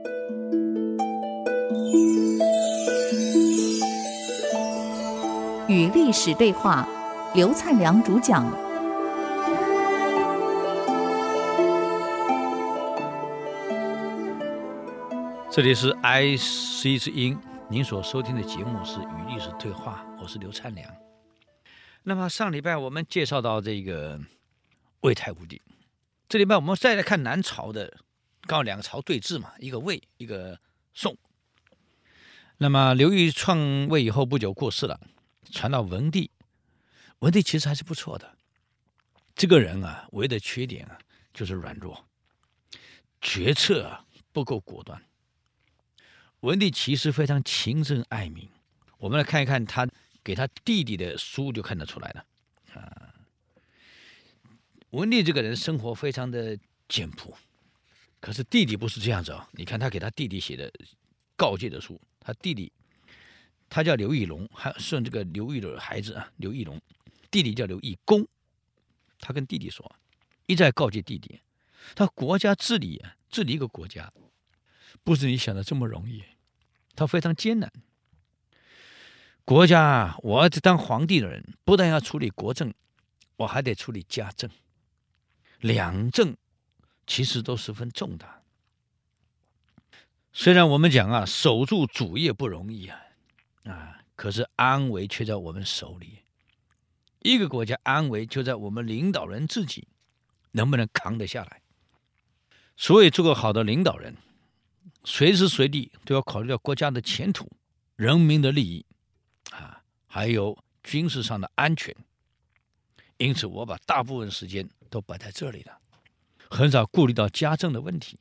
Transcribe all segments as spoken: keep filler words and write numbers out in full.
与历史对话，刘灿良主讲。 这里是 I C 之音，您所收听的节目是与历史对话，我是刘灿良。那么上礼拜我们介绍到这个魏太武帝，这礼拜我们再来看南朝的，刚好两个朝对峙嘛，一个魏，一个宋。那么刘裕篡位以后不久过世了，传到文帝，文帝其实还是不错的。这个人啊，唯一的缺点啊就是软弱，决策啊不够果断。文帝其实非常勤政爱民，我们来看一看他给他弟弟的书就看得出来了。啊，文帝这个人生活非常的简朴，可是弟弟不是这样子哦。你看他给他弟弟写的告诫的书，他弟弟他叫刘义隆，还顺这个刘裕的孩子啊，刘义隆，弟弟叫刘义恭。他跟弟弟说，一再告诫弟弟，他国家治理啊，治理一个国家，不是你想的这么容易，他非常艰难。国家，我要当皇帝的人，不但要处理国政，我还得处理家政，两政其实都十分重大。虽然我们讲啊，守住主业不容易啊，啊，可是安危却在我们手里。一个国家安危就在我们领导人自己能不能扛得下来。所以做个好的领导人，随时随地都要考虑到国家的前途、人民的利益啊，还有军事上的安全。因此我把大部分时间都摆在这里了，很少顾虑到家政的问题。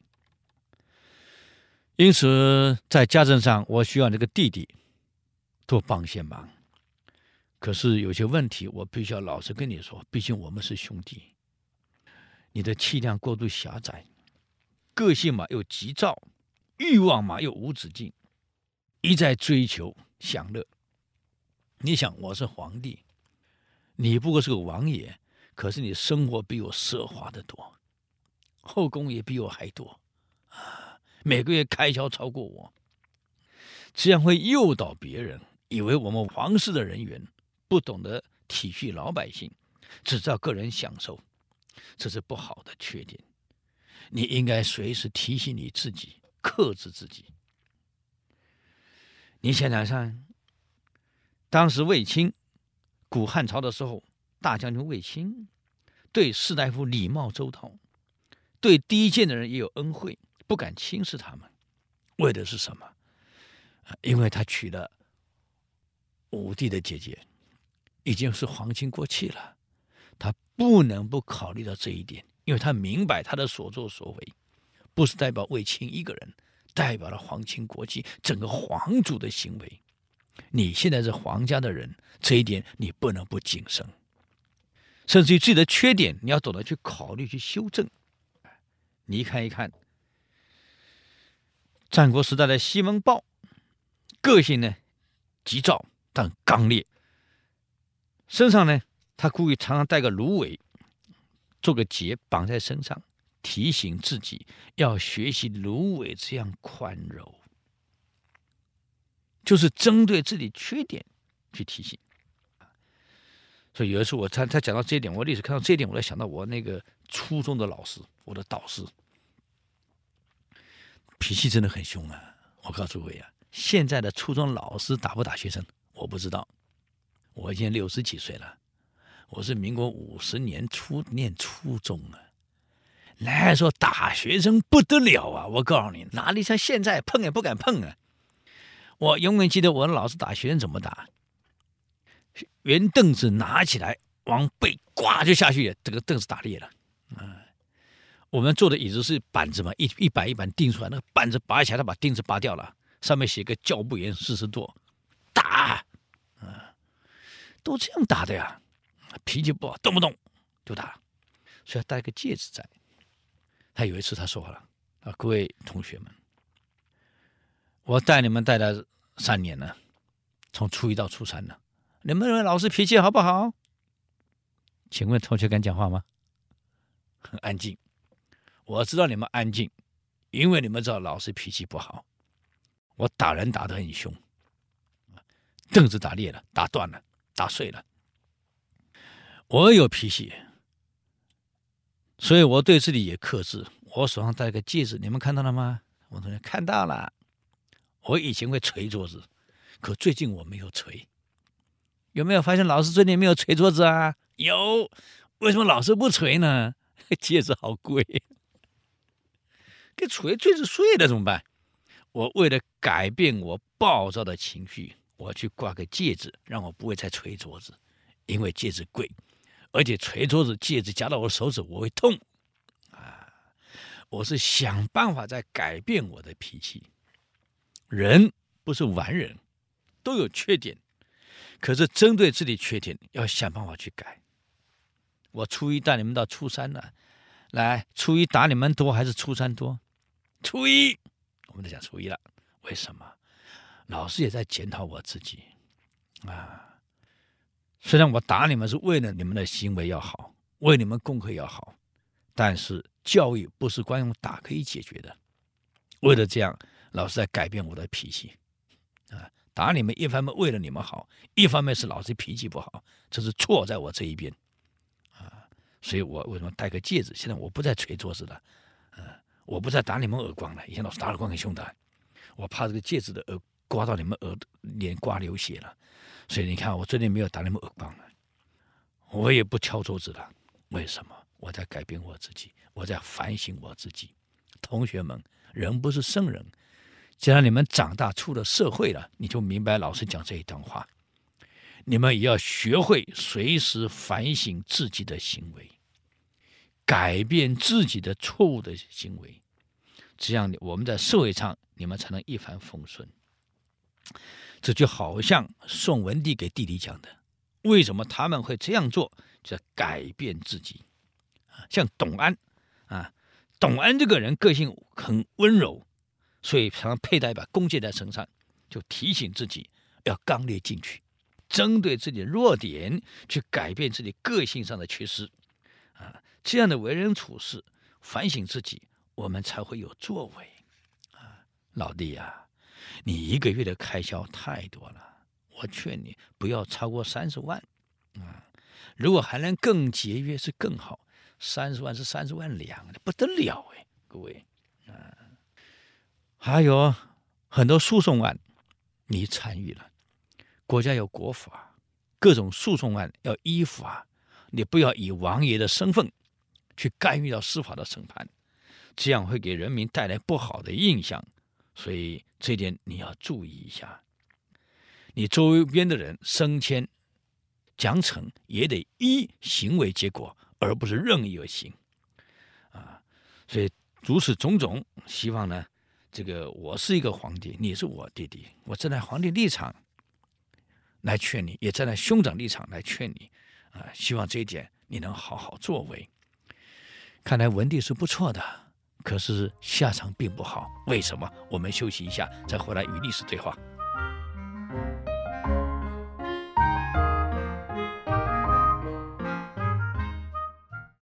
因此在家政上，我需要这个弟弟多帮些忙。可是有些问题我必须要老实跟你说，毕竟我们是兄弟。你的气量过度狭窄，个性嘛又急躁，欲望嘛又无止境，一再追求享乐。你想我是皇帝，你不过是个王爷，可是你生活比我奢华的多，后宫也比我还多啊，每个月开销超过我，这样会诱导别人以为我们皇室的人员不懂得体恤老百姓，只知道个人享受，这是不好的缺点。你应该随时提醒你自己，克制自己。你想想看，当时卫青，古汉朝的时候，大将军卫青对士大夫礼貌周到，对低贱的人也有恩惠，不敢轻视他们。为的是什么？因为他娶了武帝的姐姐，已经是皇亲国戚了，他不能不考虑到这一点，因为他明白他的所作所为不是代表卫青一个人，代表了皇亲国戚整个皇族的行为。你现在是皇家的人，这一点你不能不谨慎，甚至于自己的缺点你要懂得去考虑去修正。你看一看战国时代的西门豹，个性呢急躁但刚烈，身上呢他故意常常带个芦苇，做个结绑在身上，提醒自己要学习芦苇这样宽柔，就是针对自己缺点去提醒。所以有一次我他他讲到这一点，我历史看到这一点，我才想到我那个初中的老师，我的导师，脾气真的很凶啊！我告诉各位啊，现在的初中老师打不打学生我不知道，我已经六十几岁了，我是民国五十年初念初中啊，那时候打学生不得了啊！我告诉你，哪里像现在碰也不敢碰啊！我永远记得我的老师打学生怎么打，圆凳子拿起来往背呱就下去，这个凳子打裂了啊！我们坐的椅子是板子嘛，一一板一板钉出来，那个板子拔起来，他把钉子拔掉了，上面写个教不严四十多，打啊，都这样打的呀！脾气不好，动不动就打，所以他带个戒指在。他有一次他说了啊，各位同学们，我带你们带了三年了，从初一到初三了，你们认为老师脾气好不好？请问同学敢讲话吗？很安静。我知道你们安静， 因为你们知道老师脾气不好，我打人打得很凶，凳子打裂了，打断了，打碎了。我有脾气，所以我对自己也克制。我手上戴个戒指，你们看到了吗？我同学看到了。我以前会捶桌子，可最近我没有捶。有没有发现老师最近没有捶桌子啊？有。为什么老师不捶呢？戒指好贵，给捶坠子碎了怎么办？我为了改变我暴躁的情绪，我去挂个戒指，让我不会再捶桌子，因为戒指贵，而且捶桌子戒指夹到我手指我会痛啊！我是想办法在改变我的脾气。人不是完人，都有缺点，可是针对自己缺点要想办法去改。我初一带你们到初三了，来，初一打你们多还是初三多？初一，我们在讲初一了。为什么？老师也在检讨我自己啊。虽然我打你们是为了你们的行为要好，为你们功课要好，但是教育不是光用打可以解决的。为了这样，老师在改变我的脾气啊。打你们一方面为了你们好，一方面是老师脾气不好，这是错在我这一边。所以我为什么戴个戒指？现在我不再捶桌子了，呃、我不再打你们耳光了。以前老师打耳光很凶的，我怕这个戒指的耳刮到你们耳脸刮流血了。所以你看，我最近没有打你们耳光了，我也不敲桌子了。为什么？我在改变我自己，我在反省我自己。同学们，人不是圣人，既然你们长大出了社会了，你就明白老师讲这一段话。你们也要学会随时反省自己的行为，改变自己的错误的行为，这样我们在社会上你们才能一帆风顺。这就好像宋文帝给弟弟讲的，为什么他们会这样做，就改变自己。像董安啊，董安这个人个性很温柔，所以常常佩戴一把弓箭在身上，就提醒自己要刚烈进取，针对自己的弱点去改变自己个性上的缺失啊，这样的为人处事，反省自己，我们才会有作为啊。老弟啊，你一个月的开销太多了，我劝你不要超过三十万啊。如果还能更节约是更好，三十万是三十万两，不得了哎，各位啊。还有很多诉讼案，你参与了。国家有国法，各种诉讼案要依法，你不要以王爷的身份去干预到司法的审判，这样会给人民带来不好的印象，所以这点你要注意一下。你周边的人升迁奖惩也得依行为结果，而不是任意而行啊。所以如此种种，希望呢，这个我是一个皇帝，你是我弟弟，我站在皇帝立场来劝你，也站在兄长立场来劝你啊！希望这一点你能好好作为。看来文帝是不错的，可是下场并不好。为什么？我们休息一下，再回来与历史对话。